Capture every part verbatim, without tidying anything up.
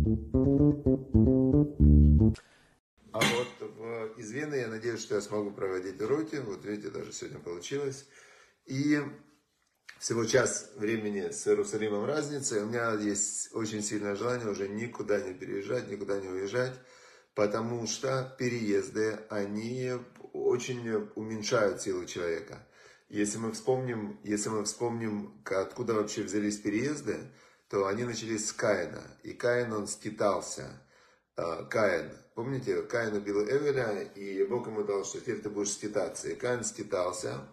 А вот в, из Вены я надеюсь, что я смогу проводить уроки. Вот видите, даже сегодня получилось. И всего час времени с Иерусалимом разница. И у меня есть очень сильное желание уже никуда не переезжать, никуда не уезжать. Потому что переезды, они очень уменьшают силу человека. Если мы вспомним, если мы вспомним, откуда вообще взялись переезды, то они начались с Каина. И Каин, он скитался. Каин, помните, Каин убил Эвеля, и Бог ему дал, что теперь ты будешь скитаться. И Каин скитался.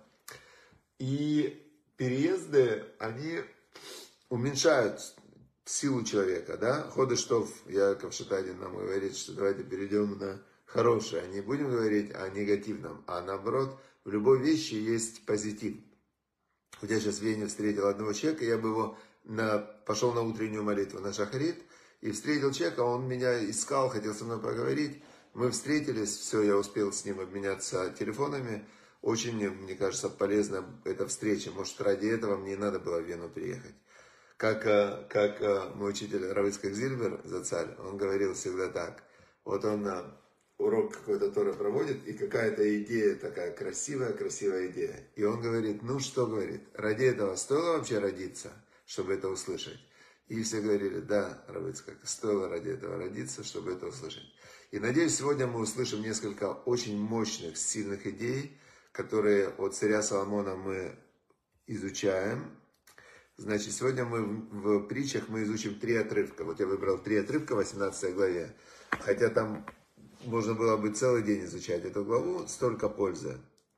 И переезды, они уменьшают силу человека, да? Ходыштов, Яков Шатадин нам говорит, что давайте перейдем на хорошее. Не будем говорить о негативном, а наоборот, в любой вещи есть позитив. Вот я сейчас в Вене встретил одного человека, я бы его на, пошел на утреннюю молитву на Шахарит, и встретил человека, он меня искал, хотел со мной поговорить. Мы встретились, все, я успел с ним обменяться телефонами. Очень, мне кажется, полезна эта встреча. Может, ради этого мне надо было в Вену приехать. Как, как мой учитель Рав Ицхак Зильбер, Зацаль, он говорил всегда так. Вот он урок какой-то Торы проводит, и какая-то идея такая красивая, красивая идея. И он говорит, ну что, говорит, ради этого стоило вообще родиться, чтобы это услышать? И все говорили, да, Рав Ицхак, стоило ради этого родиться, чтобы это услышать. И надеюсь, сегодня мы услышим несколько очень мощных, сильных идей, которые от царя Соломона мы изучаем. Значит, сегодня мы в, в притчах мы изучим три отрывка. Вот я выбрал три отрывка в восемнадцатой главе. Хотя там можно было бы целый день изучать эту главу, столько пользы.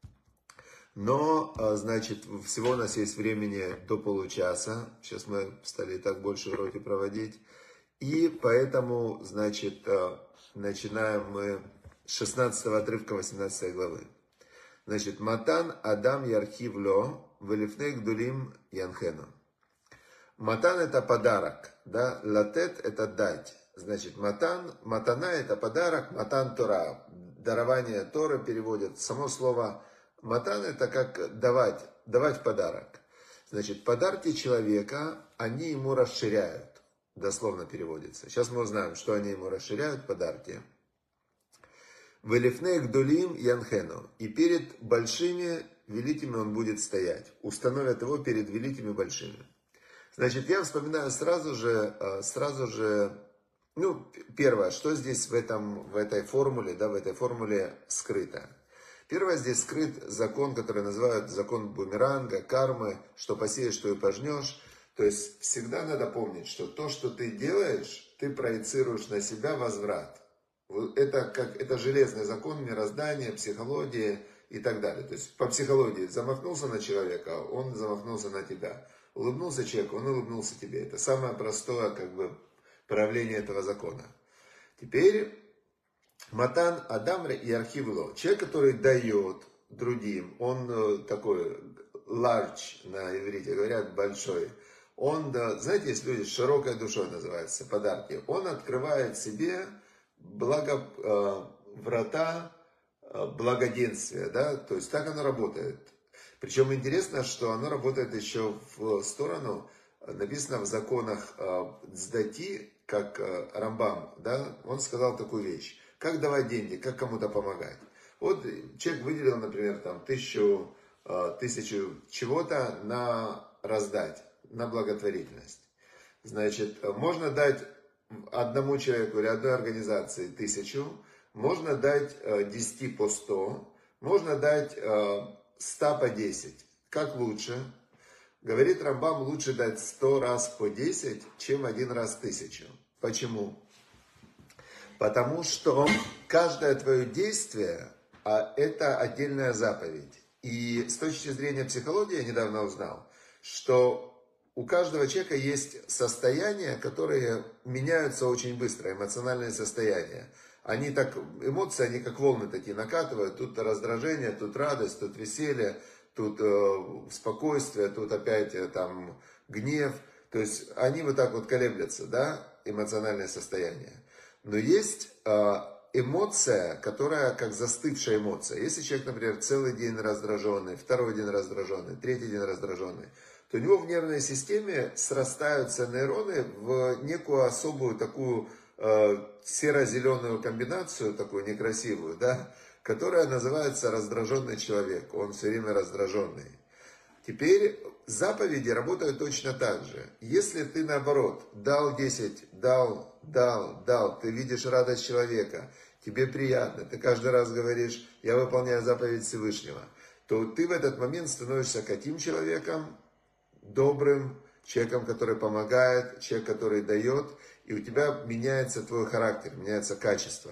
Но, значит, всего у нас есть времени до получаса. Сейчас мы стали так больше уроки проводить. И поэтому, значит, начинаем мы с шестнадцатого отрывка восемнадцатой главы. Значит, Матан Адам Ярхивло Велифней Гдулим Янхену. Матан это подарок, да, латет это дать. Значит, матан, матана это подарок, матан Тора. Дарование Торы переводят. Само слово матан это как давать, давать подарок. Значит, подарки человека, они ему расширяют. Дословно переводится. Сейчас мы узнаем, что они ему расширяют, подарки. Велифней гдулим янхену. И перед большими великими он будет стоять. Установят его перед великими большими. Значит, я вспоминаю сразу же, сразу же, ну, первое, что здесь в, этом, в этой формуле, да, в этой формуле скрыто. Первое, здесь скрыт закон, который называют закон бумеранга, кармы, что посеешь, что и пожнешь. То есть, всегда надо помнить, что то, что ты делаешь, ты проецируешь на себя возврат. Это, как, это железный закон мироздания, психологии и так далее. То есть, по психологии, замахнулся на человека, он замахнулся на тебя. Улыбнулся человек, он улыбнулся тебе. Это самое простое, как бы, проявление этого закона. Теперь, Матан Адам и Архивло. Человек, который дает другим, он такой large на иврите, говорят, большой. Он, да, знаете, есть люди с широкой душой, называются, подарки. Он открывает себе благо, э, врата э, благоденствия, да, то есть так оно работает. Причем интересно, что оно работает еще в сторону, написано в законах Цдати, как Рамбам, да, он сказал такую вещь, как давать деньги, как кому-то помогать. Вот человек выделил, например, там, тысячу, тысячу чего-то на раздать, на благотворительность. Значит, можно дать одному человеку или одной организации тысячу, можно дать десяти по сто, можно дать ста по десять. Как лучше? Говорит Рамбам, лучше дать сто раз по десять, чем один раз тысячу. Почему? Потому что каждое твое действие, а это отдельная заповедь. И с точки зрения психологии я недавно узнал, что у каждого человека есть состояния, которые меняются очень быстро, эмоциональные состояния. Они так, эмоции, они как волны такие накатывают, тут раздражение, тут радость, тут веселье, тут э, спокойствие, тут опять э, там гнев. То есть они вот так вот колеблются, да, эмоциональное состояние. Но есть э, эмоция, которая как застывшая эмоция. Если человек, например, целый день раздраженный, второй день раздраженный, третий день раздраженный, то у него в нервной системе срастаются нейроны в некую особую такую э, серо-зеленую комбинацию, такую некрасивую, да, которая называется раздраженный человек. Он все время раздраженный. Теперь заповеди работают точно так же. Если ты, наоборот, дал десять, дал, дал, дал, ты видишь радость человека, тебе приятно, ты каждый раз говоришь, я выполняю заповедь Всевышнего, то ты в этот момент становишься каким человеком? Добрым, человеком, который помогает, человек, который дает, и у тебя меняется твой характер, меняется качество.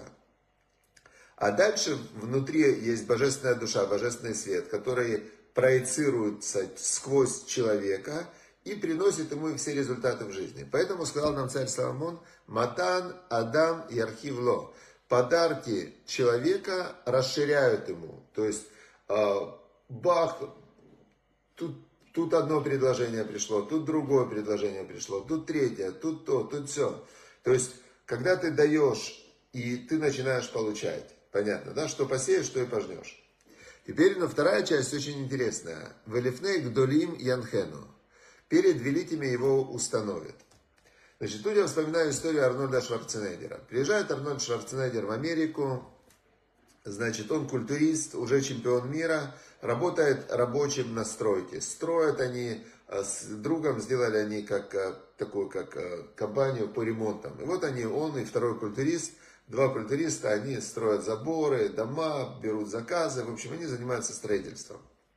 А дальше внутри есть божественная душа, божественный свет, который проецируется сквозь человека и приносит ему все результаты в жизни. Поэтому сказал нам царь Соломон: «Матан Адам Ярхивло». Подарки человека расширяют ему. То есть, бах, тут, тут одно предложение пришло, тут другое предложение пришло, тут третье, тут то, тут все. То есть, когда ты даешь, и ты начинаешь получать. Понятно, да? Что посеешь, что и пожнешь. Теперь, ну, вторая часть очень интересная. «Велифней гдолим янхену». Перед великими его установят. Значит, тут я вспоминаю историю Арнольда Шварценеггера. Приезжает Арнольд Шварценеггер в Америку. Значит, он культурист, уже чемпион мира. Работает рабочим на стройке. Строят они, с другом сделали они как, такую как компанию по ремонтам. И вот они, он и второй культурист, два культуриста, они строят заборы, дома, берут заказы. В общем, они занимаются строительством.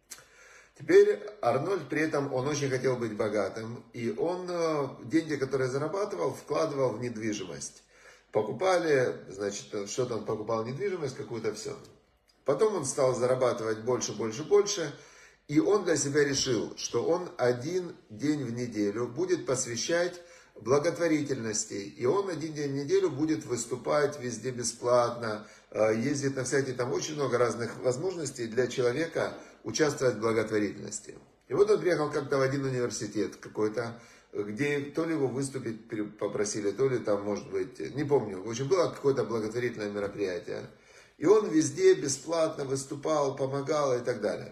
Теперь Арнольд при этом, он очень хотел быть богатым. И он деньги, которые зарабатывал, вкладывал в недвижимость. Покупали, значит, что-то он покупал недвижимость, какую-то все. Потом он стал зарабатывать больше, больше, больше. И он для себя решил, что он один день в неделю будет посвящать благотворительности. И он один день в неделю будет выступать везде бесплатно, ездит на всякие, там очень много разных возможностей для человека участвовать в благотворительности. И вот он приехал как-то в один университет какой-то, где то ли его выступить попросили, то ли там, может быть, не помню. В общем, было какое-то благотворительное мероприятие. И он везде бесплатно выступал, помогал и так далее.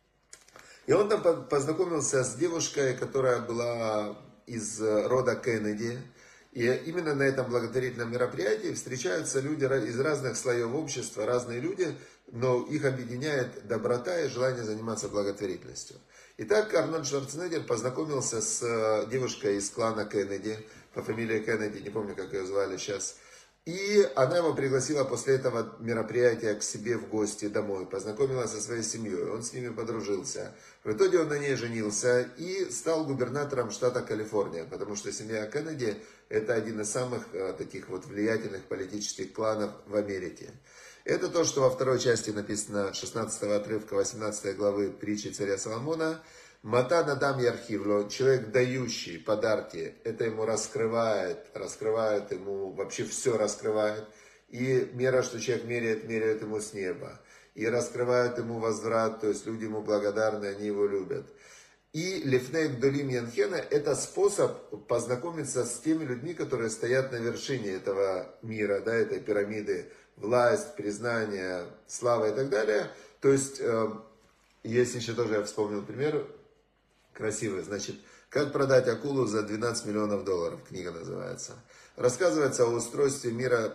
И он там познакомился с девушкой, которая была из рода Кеннеди. И именно на этом благотворительном мероприятии встречаются люди из разных слоев общества, разные люди, но их объединяет доброта и желание заниматься благотворительностью. Итак, Арнольд Шварценеггер познакомился с девушкой из клана Кеннеди, по фамилии Кеннеди, не помню, как ее звали сейчас. И она его пригласила после этого мероприятия к себе в гости домой, познакомила со своей семьей, он с ними подружился. В итоге он на ней женился и стал губернатором штата Калифорния, потому что семья Кеннеди – это один из самых таких вот влиятельных политических кланов в Америке. Это то, что во второй части написано шестнадцатого отрывка восемнадцатой главы притчи царя Соломона. Матан Адам Ярхивло, человек, дающий подарки, это ему раскрывает, раскрывает ему, вообще все раскрывает. И мера, что человек меряет, меряет ему с неба. И раскрывает ему возврат, то есть люди ему благодарны, они его любят. И Лифней Гдолим Янхена – это способ познакомиться с теми людьми, которые стоят на вершине этого мира, да, этой пирамиды. Власть, признание, слава и так далее. То есть, э, есть еще тоже, я вспомнил пример, красивый, значит, «Как продать акулу за двенадцать миллионов долларов», книга называется. Рассказывается о устройстве мира,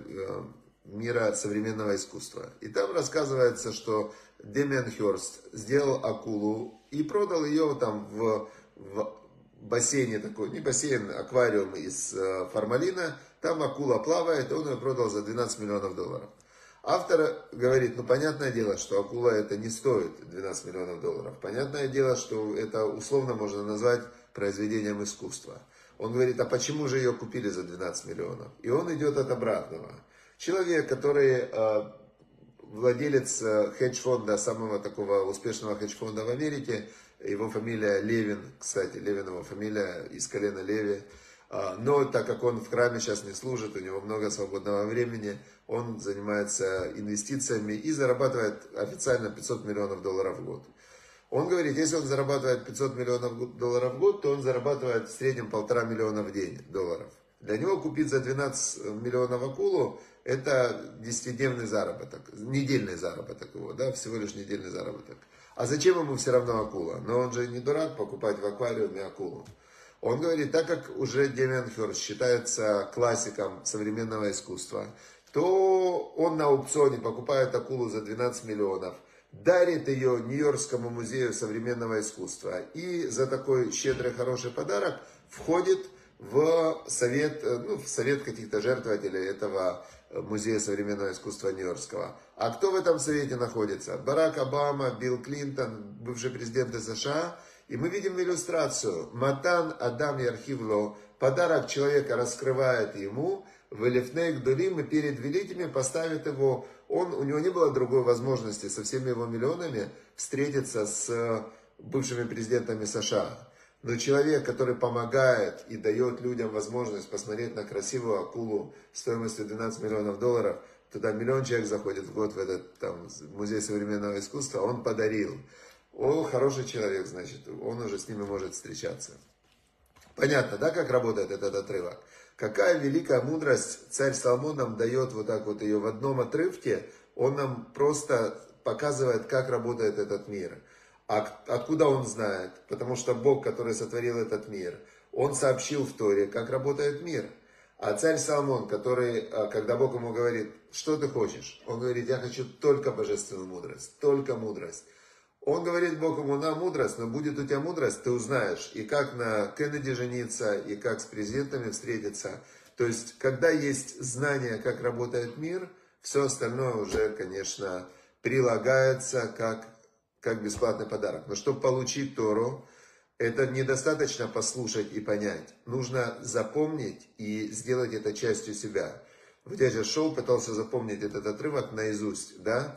мира современного искусства. И там рассказывается, что Демиан Хёрст сделал акулу и продал ее там в, в бассейне такой, не бассейн, аквариум из формалина. Там акула плавает, и он ее продал за двенадцать миллионов долларов. Автор говорит, ну, понятное дело, что акула это не стоит двенадцать миллионов долларов. Понятное дело, что это условно можно назвать произведением искусства. Он говорит, а почему же ее купили за двенадцать миллионов? И он идет от обратного. Человек, который э, владелец хедж-фонда, самого такого успешного хедж-фонда в Америке, его фамилия Левин, кстати, Левин его фамилия, из колена Леви. Но так как он в храме сейчас не служит, у него много свободного времени, он занимается инвестициями и зарабатывает официально пятьсот миллионов долларов в год. Он говорит, если он зарабатывает пятьсот миллионов долларов в год, то он зарабатывает в среднем полтора миллиона в день долларов. Для него купить за двенадцать миллионов акулу – это десятидневный заработок, недельный заработок его, да, всего лишь недельный заработок. А зачем ему все равно акула? Но он же не дурак покупать в аквариуме акулу. Он говорит, так как уже Демиан Хёрст считается классиком современного искусства, то он на аукционе покупает акулу за двенадцать миллионов, дарит ее Нью-Йоркскому музею современного искусства и за такой щедрый хороший подарок входит в совет, ну, в совет каких-то жертвователей этого музея современного искусства Нью-Йоркского. А кто в этом совете находится? Барак Обама, Билл Клинтон, бывшие президенты США. И мы видим иллюстрацию. Матан Адам Ярхивло, подарок человека раскрывает ему, в Элифней Гдулим, и перед великими поставит его. Он, у него не было другой возможности со всеми его миллионами встретиться с бывшими президентами США. Но человек, который помогает и дает людям возможность посмотреть на красивую акулу стоимостью двенадцать миллионов долларов, туда миллион человек заходит в год в этот там, музей современного искусства, он подарил. О, хороший человек, значит, он уже с ними может встречаться. Понятно, да, как работает этот отрывок? Какая великая мудрость царь Соломон нам дает вот так вот ее в одном отрывке, он нам просто показывает, как работает этот мир. А откуда он знает? Потому что Бог, который сотворил этот мир, он сообщил в Торе, как работает мир. А царь Соломон, который, когда Бог ему говорит, что ты хочешь? Он говорит, я хочу только божественную мудрость, только мудрость. Он говорит Бог ему, на мудрость, но будет у тебя мудрость, ты узнаешь, и как на Кеннеди жениться, и как с президентами встретиться. То есть, когда есть знание, как работает мир, все остальное уже, конечно, прилагается как, как бесплатный подарок. Но чтобы получить Тору, это недостаточно послушать и понять. Нужно запомнить и сделать это частью себя. Вот я же шел, пытался запомнить этот отрывок наизусть, да?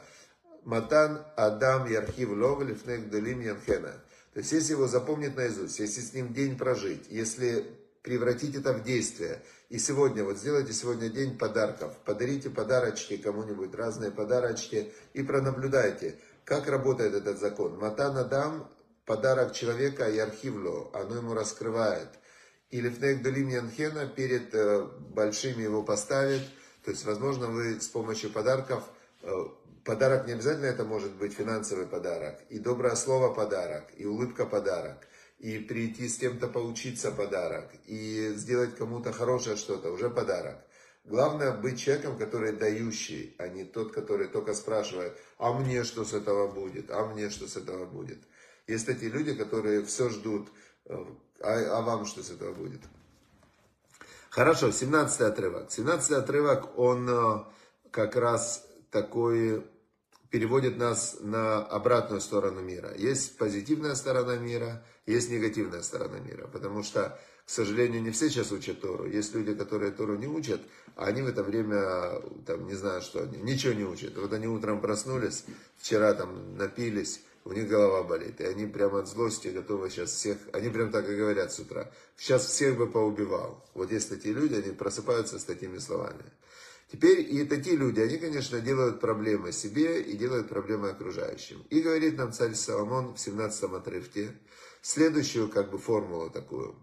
Матан Адам Ярхив Лов Лифней Гдулим Янхена. То есть, если его запомнить наизусть, если с ним день прожить, если превратить это в действие, и сегодня, вот сделайте сегодня день подарков, подарите подарочки кому-нибудь, разные подарочки, и пронаблюдайте, как работает этот закон. Матан Адам, подарок человека, Ярхивло, оно ему раскрывает. И Лифней Гдулим Янхена перед большими его поставит. То есть, возможно, вы с помощью подарков, подарок не обязательно это может быть финансовый подарок, и доброе слово подарок, и улыбка подарок, и прийти с кем-то поучиться подарок, и сделать кому-то хорошее что-то, уже подарок. Главное быть человеком, который дающий, а не тот, который только спрашивает, а мне что с этого будет, а мне что с этого будет. Есть такие люди, которые все ждут, а, а вам что с этого будет. Хорошо, семнадцатый отрывок. семнадцатый отрывок, он как раз такой переводит нас на обратную сторону мира. Есть позитивная сторона мира, есть негативная сторона мира. Потому что, к сожалению, не все сейчас учат Тору. Есть люди, которые Тору не учат, а они в это время, там, не знаю, что они, ничего не учат. Вот они утром проснулись, вчера там напились, у них голова болит. И они прямо от злости готовы сейчас всех, они прям так и говорят с утра, сейчас всех бы поубивал. Вот есть такие люди, они просыпаются с такими словами. Теперь и такие люди, они, конечно, делают проблемы себе и делают проблемы окружающим. И говорит нам царь Соломон в семнадцатом отрывке следующую как бы формулу такую.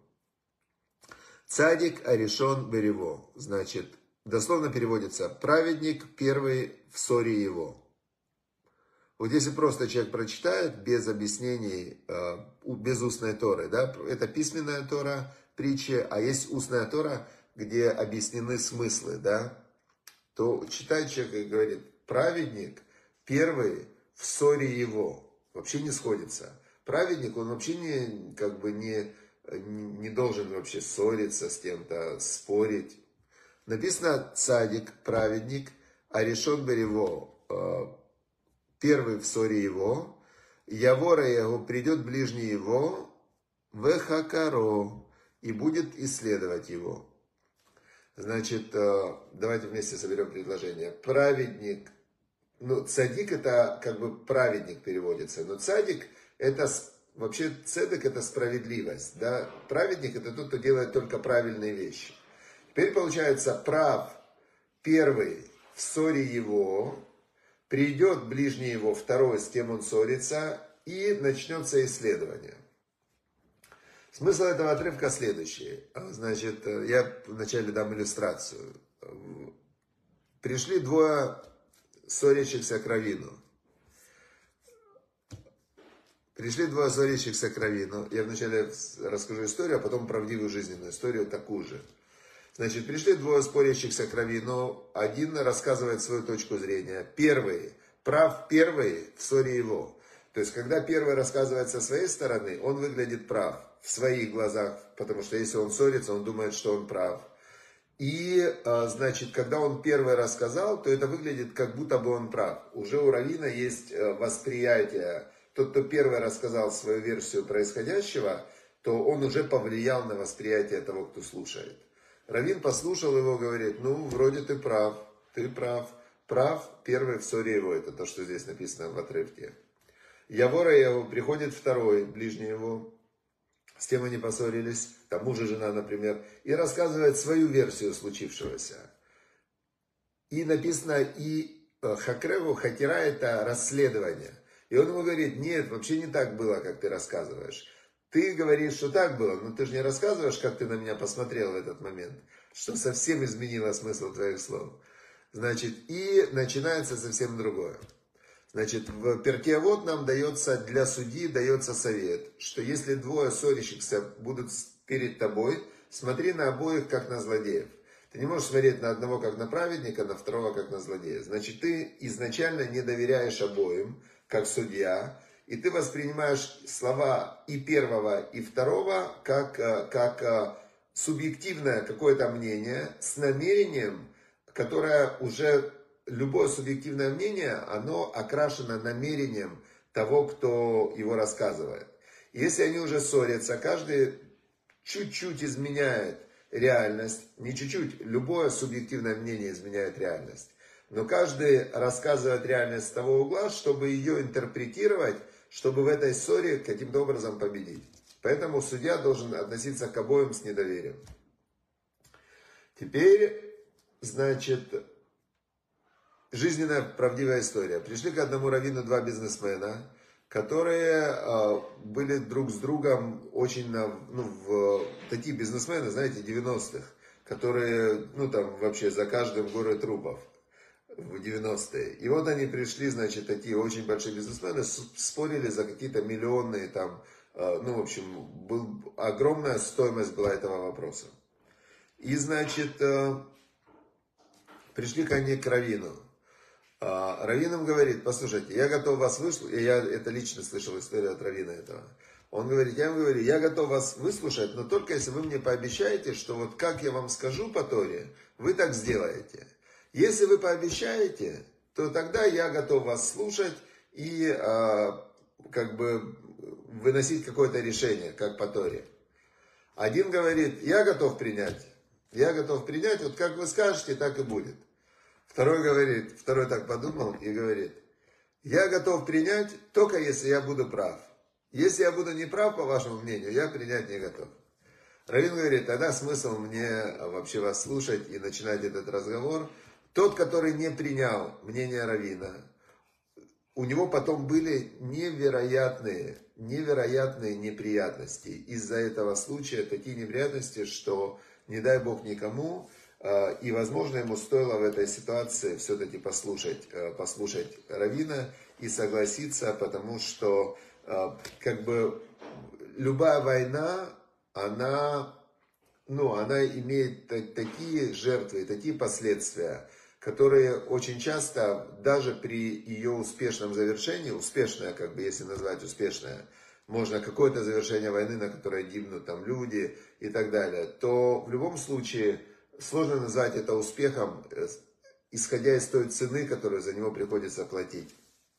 Цадик арешон берево. Значит, дословно переводится праведник первый в ссоре его. Вот если просто человек прочитает без объяснений, без устной Торы, да, это письменная Тора, притчи, а есть устная Тора, где объяснены смыслы, да, то читает человек и говорит, праведник первый в ссоре его. Вообще не сходится. Праведник, он вообще не, как бы не, не должен вообще ссориться с кем-то, спорить. Написано цадик, праведник, а решен берево, первый в ссоре его, явора его, придет ближний его, вехакаро, и будет исследовать его. Значит, давайте вместе соберем предложение. Праведник, ну, цадик это как бы праведник переводится, но цадик это, вообще цедек это справедливость, да. Праведник это тот, кто делает только правильные вещи. Теперь получается прав первый в ссоре его, придет ближний его второй, с кем он ссорится, и начнется исследование. Смысл этого отрывка следующий. Значит, я вначале дам иллюстрацию. Пришли двое ссорящихся к раввину. Пришли двое ссорящихся к раввину. Я вначале расскажу историю, а потом правдивую жизненную историю такую же. Значит, пришли двое спорящихся к раввину. Один рассказывает свою точку зрения. Первый, прав первый в ссоре его. То есть, когда первый рассказывает со своей стороны, он выглядит прав в своих глазах. Потому что если он ссорится, он думает, что он прав. И, значит, когда он первый рассказал, то это выглядит, как будто бы он прав. Уже у раввина есть восприятие. Тот, кто первый рассказал свою версию происходящего, то он уже повлиял на восприятие того, кто слушает. Раввин послушал его, говорит, ну, вроде ты прав, ты прав. Прав первый в ссоре его, это то, что здесь написано в отрывке. Явора его, приходит второй, ближний его. С кем они поссорились, там муж и жена, например, и рассказывает свою версию случившегося. И написано, и хакреву, хакера, это расследование. И он ему говорит, нет, вообще не так было, как ты рассказываешь. Ты говоришь, что так было, но ты же не рассказываешь, как ты на меня посмотрел в этот момент, что совсем изменило смысл твоих слов. Значит, и начинается совсем другое. Значит, в Перкей Авот нам дается, для судьи дается совет, что если двое ссорящихся будут перед тобой, смотри на обоих, как на злодеев. Ты не можешь смотреть на одного, как на праведника, на второго, как на злодея. Значит, ты изначально не доверяешь обоим, как судья, и ты воспринимаешь слова и первого, и второго, как, как субъективное какое-то мнение с намерением, которое уже... Любое субъективное мнение, оно окрашено намерением того, кто его рассказывает. Если они уже ссорятся, каждый чуть-чуть изменяет реальность, не чуть-чуть, любое субъективное мнение изменяет реальность. Но каждый рассказывает реальность с того угла, чтобы ее интерпретировать, чтобы в этой ссоре каким-то образом победить. Поэтому судья должен относиться к обоим с недоверием. Теперь, значит... Жизненная правдивая история. Пришли к одному раввину два бизнесмена, которые э, были друг с другом очень, ну, в, такие бизнесмены, знаете, девяностых, которые, ну, там, вообще за каждым горы трупов в девяностые. И вот они пришли, значит, такие очень большие бизнесмены, спорили за какие-то миллионные, там, э, ну, в общем, был, огромная стоимость была этого вопроса. И, значит, э, пришли ко мне к раввину. Раввин им говорит, послушайте, я готов вас выслушать, я это лично слышал историю от раввина этого. Он говорит, я им говорю, я готов вас выслушать, но только если вы мне пообещаете, что вот как я вам скажу по Торе, вы так сделаете. Если вы пообещаете, то тогда я готов вас слушать и а, как бы выносить какое-то решение, как по Торе. Один говорит, я готов принять, я готов принять, вот как вы скажете, так и будет. Второй говорит, второй так подумал и говорит, я готов принять, только если я буду прав. Если я буду не прав, по вашему мнению, я принять не готов. Раввин говорит, тогда смысл мне вообще вас слушать и начинать этот разговор. Тот, который не принял мнение раввина, у него потом были невероятные, невероятные неприятности. Из-за этого случая такие неприятности, что не дай Бог никому. И, возможно, ему стоило в этой ситуации все-таки послушать, послушать раввина и согласиться, потому что как бы любая война, она, ну, она имеет такие жертвы, такие последствия, которые очень часто, даже при ее успешном завершении, успешное, как бы, если назвать успешное, можно какое-то завершение войны, на которое гибнут там люди и так далее, то в любом случае... Сложно назвать это успехом, исходя из той цены, которую за него приходится платить.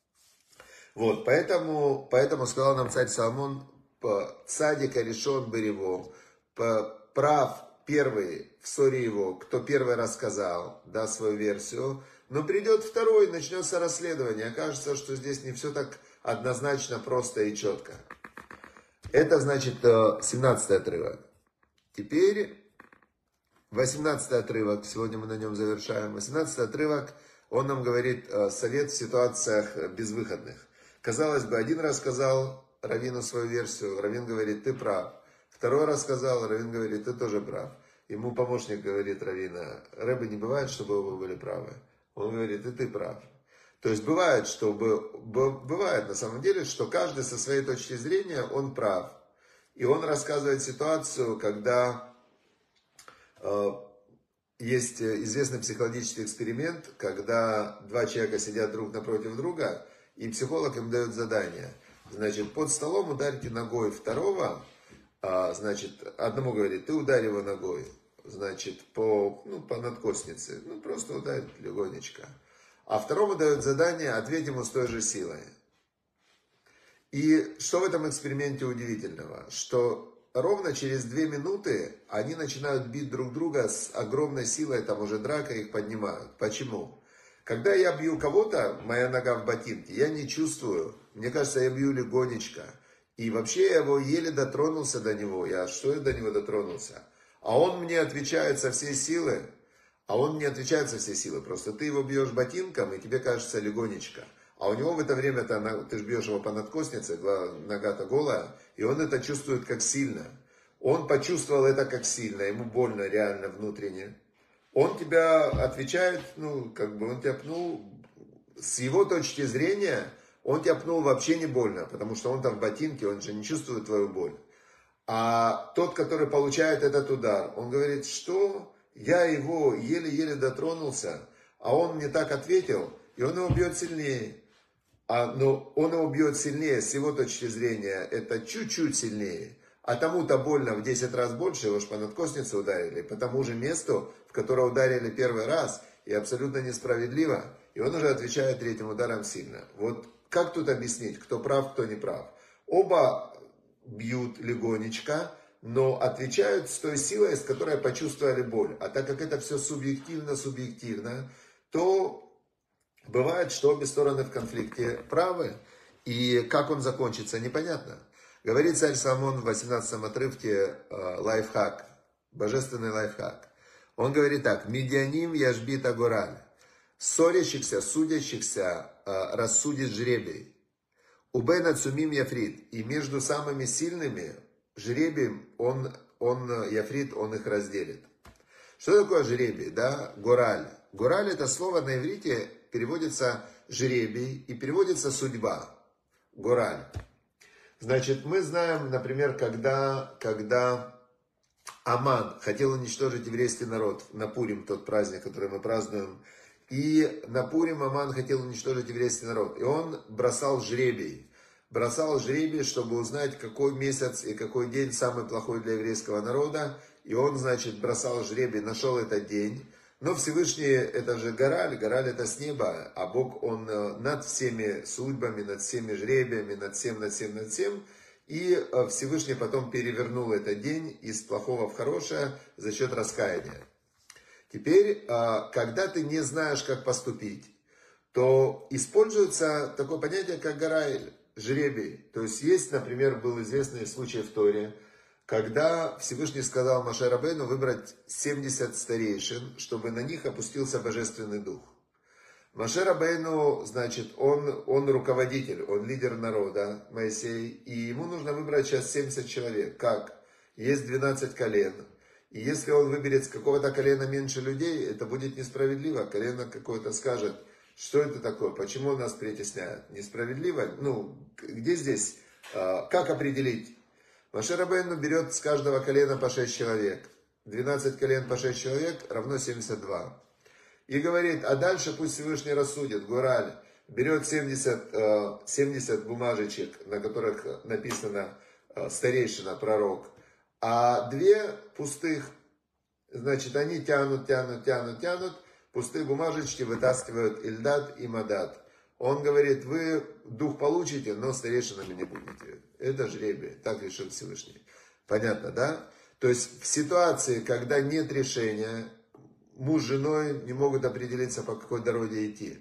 Вот, поэтому, поэтому сказал нам царь Соломон, цадик решен берево, прав первый в ссоре его, кто первый рассказал, да, свою версию, но придет второй, начнется расследование. Окажется, что здесь не все так однозначно, просто и четко. Это значит семнадцатый отрывок. Теперь... восемнадцатый отрывок, сегодня мы на нем завершаем. восемнадцатый отрывок, он нам говорит совет в ситуациях безвыходных. Казалось бы, один раз сказал раввину свою версию, раввин говорит, ты прав. Второй раз сказал, раввин говорит, ты тоже прав. Ему помощник говорит раввина, рэбе, не бывает, чтобы оба были правы. Он говорит, и ты прав. То есть бывает, что, бывает на самом деле, что каждый со своей точки зрения, он прав. И он рассказывает ситуацию, когда э, есть известный психологический эксперимент, когда два человека сидят друг напротив друга, и психолог им дает задание. Значит, под столом ударьте ногой второго, а, значит, одному говорит, ты ударь его ногой, значит, по, ну, по надкоснице, ну, просто ударь легонечко. А второму дает задание, ответь ему с той же силой. И что в этом эксперименте удивительного? Что ровно через две минуты они начинают бить друг друга с огромной силой, там уже драка, их поднимают. Почему? Когда я бью кого-то, моя нога в ботинке, я не чувствую, мне кажется, я бью легонечко. И вообще я его еле дотронулся до него, я что я до него дотронулся? А он мне отвечает со всей силы. А он не отвечает со всей силы, просто ты его бьешь ботинком, и тебе кажется легонечко. А у него в это время, -то, ты же бьешь его по надкоснице, нога-то голая, и он это чувствует как сильно. Он почувствовал это как сильно, ему больно реально внутренне. Он тебя отвечает, ну, как бы он тебя пнул, с его точки зрения, он тебя пнул вообще не больно, потому что он там в ботинке, он же не чувствует твою боль. А тот, который получает этот удар, он говорит, что... Я его еле-еле дотронулся, а он мне так ответил, и он его бьет сильнее. А, но он его бьет сильнее, с его точки зрения, это чуть-чуть сильнее. А тому-то больно в десять раз больше, его ж по надкоснице ударили, по тому же месту, в которое ударили первый раз, и абсолютно несправедливо. И он уже отвечает третьим ударом сильно. Вот как тут объяснить, кто прав, кто не прав? Оба бьют легонечко, но отвечают с той силой, с которой почувствовали боль. А так как это все субъективно-субъективно, то бывает, что обе стороны в конфликте правы. И как он закончится, непонятно. Говорит царь Соломон в восемнадцатом отрывке э, лайфхак, божественный лайфхак. Он говорит так, «Медианим яшбит агораль». Ссорящихся, судящихся э, рассудит жребий. «Убен ацумим яфрит». И между самыми сильными жребий, он, он, яфрит, он их разделит. Что такое жребий, да? Гораль. Гораль это слово на иврите переводится жребий и переводится судьба. Гораль. Значит, мы знаем, например, когда, когда Аман хотел уничтожить еврейский народ на Пурим, тот праздник, который мы празднуем, и на Пурим Аман хотел уничтожить еврейский народ, и он бросал жребий. Бросал жребий, чтобы узнать, какой месяц и какой день самый плохой для еврейского народа. И он, значит, бросал жребий, нашел этот день. Но Всевышний, это же Гораль, Гораль это с неба, а Бог, он над всеми судьбами, над всеми жребиями, над всем, над всем, над всем. И Всевышний потом перевернул этот день из плохого в хорошее за счет раскаяния. Теперь, когда ты не знаешь, как поступить, то используется такое понятие, как Гораль. Жребий. То есть есть, например, был известный случай в Торе, когда Всевышний сказал Моше Рабейну выбрать семьдесят старейшин, чтобы на них опустился Божественный Дух. Моше Рабейну, значит, он, он руководитель, он лидер народа, Моисей, и ему нужно выбрать сейчас семьдесят человек. Как? Есть двенадцать колен. И если он выберет с какого-то колена меньше людей, это будет несправедливо. Колено какое-то скажет, что это такое? Почему нас притесняют? Несправедливо? Ну, где здесь? Как определить? Моше Рабейну берет с каждого колена по шесть человек. двенадцать колен по шесть человек равно семьдесят два. И говорит, а дальше пусть Всевышний рассудит. Гораль берет семьдесят, семьдесят бумажечек, на которых написано старейшина, пророк. А две пустых, значит, они тянут, тянут, тянут, тянут. Пустые бумажечки вытаскивают Ильдад и Мадад. Он говорит, вы дух получите, но старейшинами не будете. Это жребие, так решил Всевышний. Понятно, да? То есть в ситуации, когда нет решения, муж с женой не могут определиться, по какой дороге идти.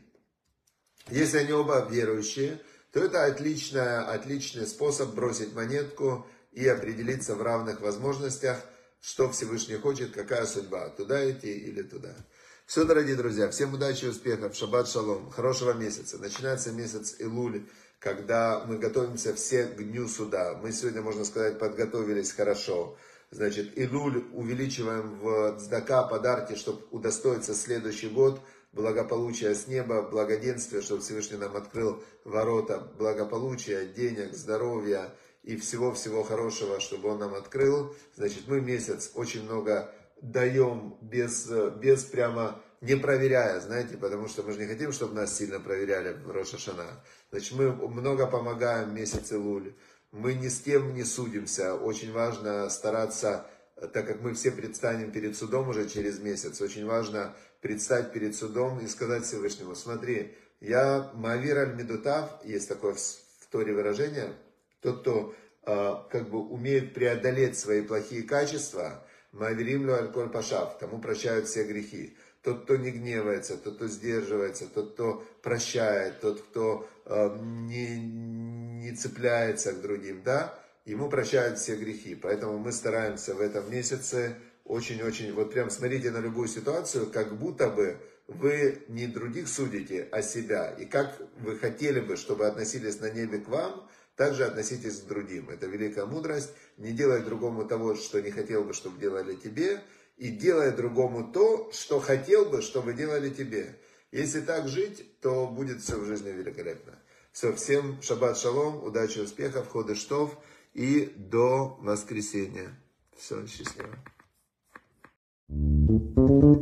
Если они оба верующие, то это отличный, отличный способ бросить монетку и определиться в равных возможностях, что Всевышний хочет, какая судьба, туда идти или туда. Все, дорогие друзья, всем удачи и успехов, шаббат шалом, хорошего месяца. Начинается месяц Илуль, когда мы готовимся все к дню суда. Мы сегодня, можно сказать, подготовились хорошо. Значит, Илуль увеличиваем в цдака, подарки, чтобы удостоиться следующий год благополучия с неба, благоденствия, чтобы Всевышний нам открыл ворота благополучия, денег, здоровья и всего-всего хорошего, чтобы Он нам открыл. Значит, мы месяц очень много даем без, без прямо не проверяя, знаете, потому что мы же не хотим, чтобы нас сильно проверяли в Рош ха-Шана. Значит, мы много помогаем в месяц Илуль. Мы ни с кем не судимся. Очень важно стараться, так как мы все предстанем перед судом уже через месяц, очень важно предстать перед судом и сказать Всевышнему: смотри, я Маавир аль-Медутав, есть такое в Торе выражение, тот, кто э, как бы умеет преодолеть свои плохие качества, Маавирим ло аль-Коль пашав, тому прощают все грехи. Тот, кто не гневается, тот, кто сдерживается, тот, кто прощает, тот, кто э, не, не цепляется к другим, да, ему прощают все грехи. Поэтому мы стараемся в этом месяце очень-очень, вот прям смотрите на любую ситуацию, как будто бы вы не других судите, а себя. И как вы хотели бы, чтобы относились на небе к вам, также относитесь к другим. Это великая мудрость. Не делай другому того, что не хотел бы, чтобы делали тебе. И делай другому то, что хотел бы, чтобы делали тебе. Если так жить, то будет все в жизни великолепно. Все, всем шаббат шалом, удачи, успехов, ходыш тов и до воскресенья. Все, счастливо.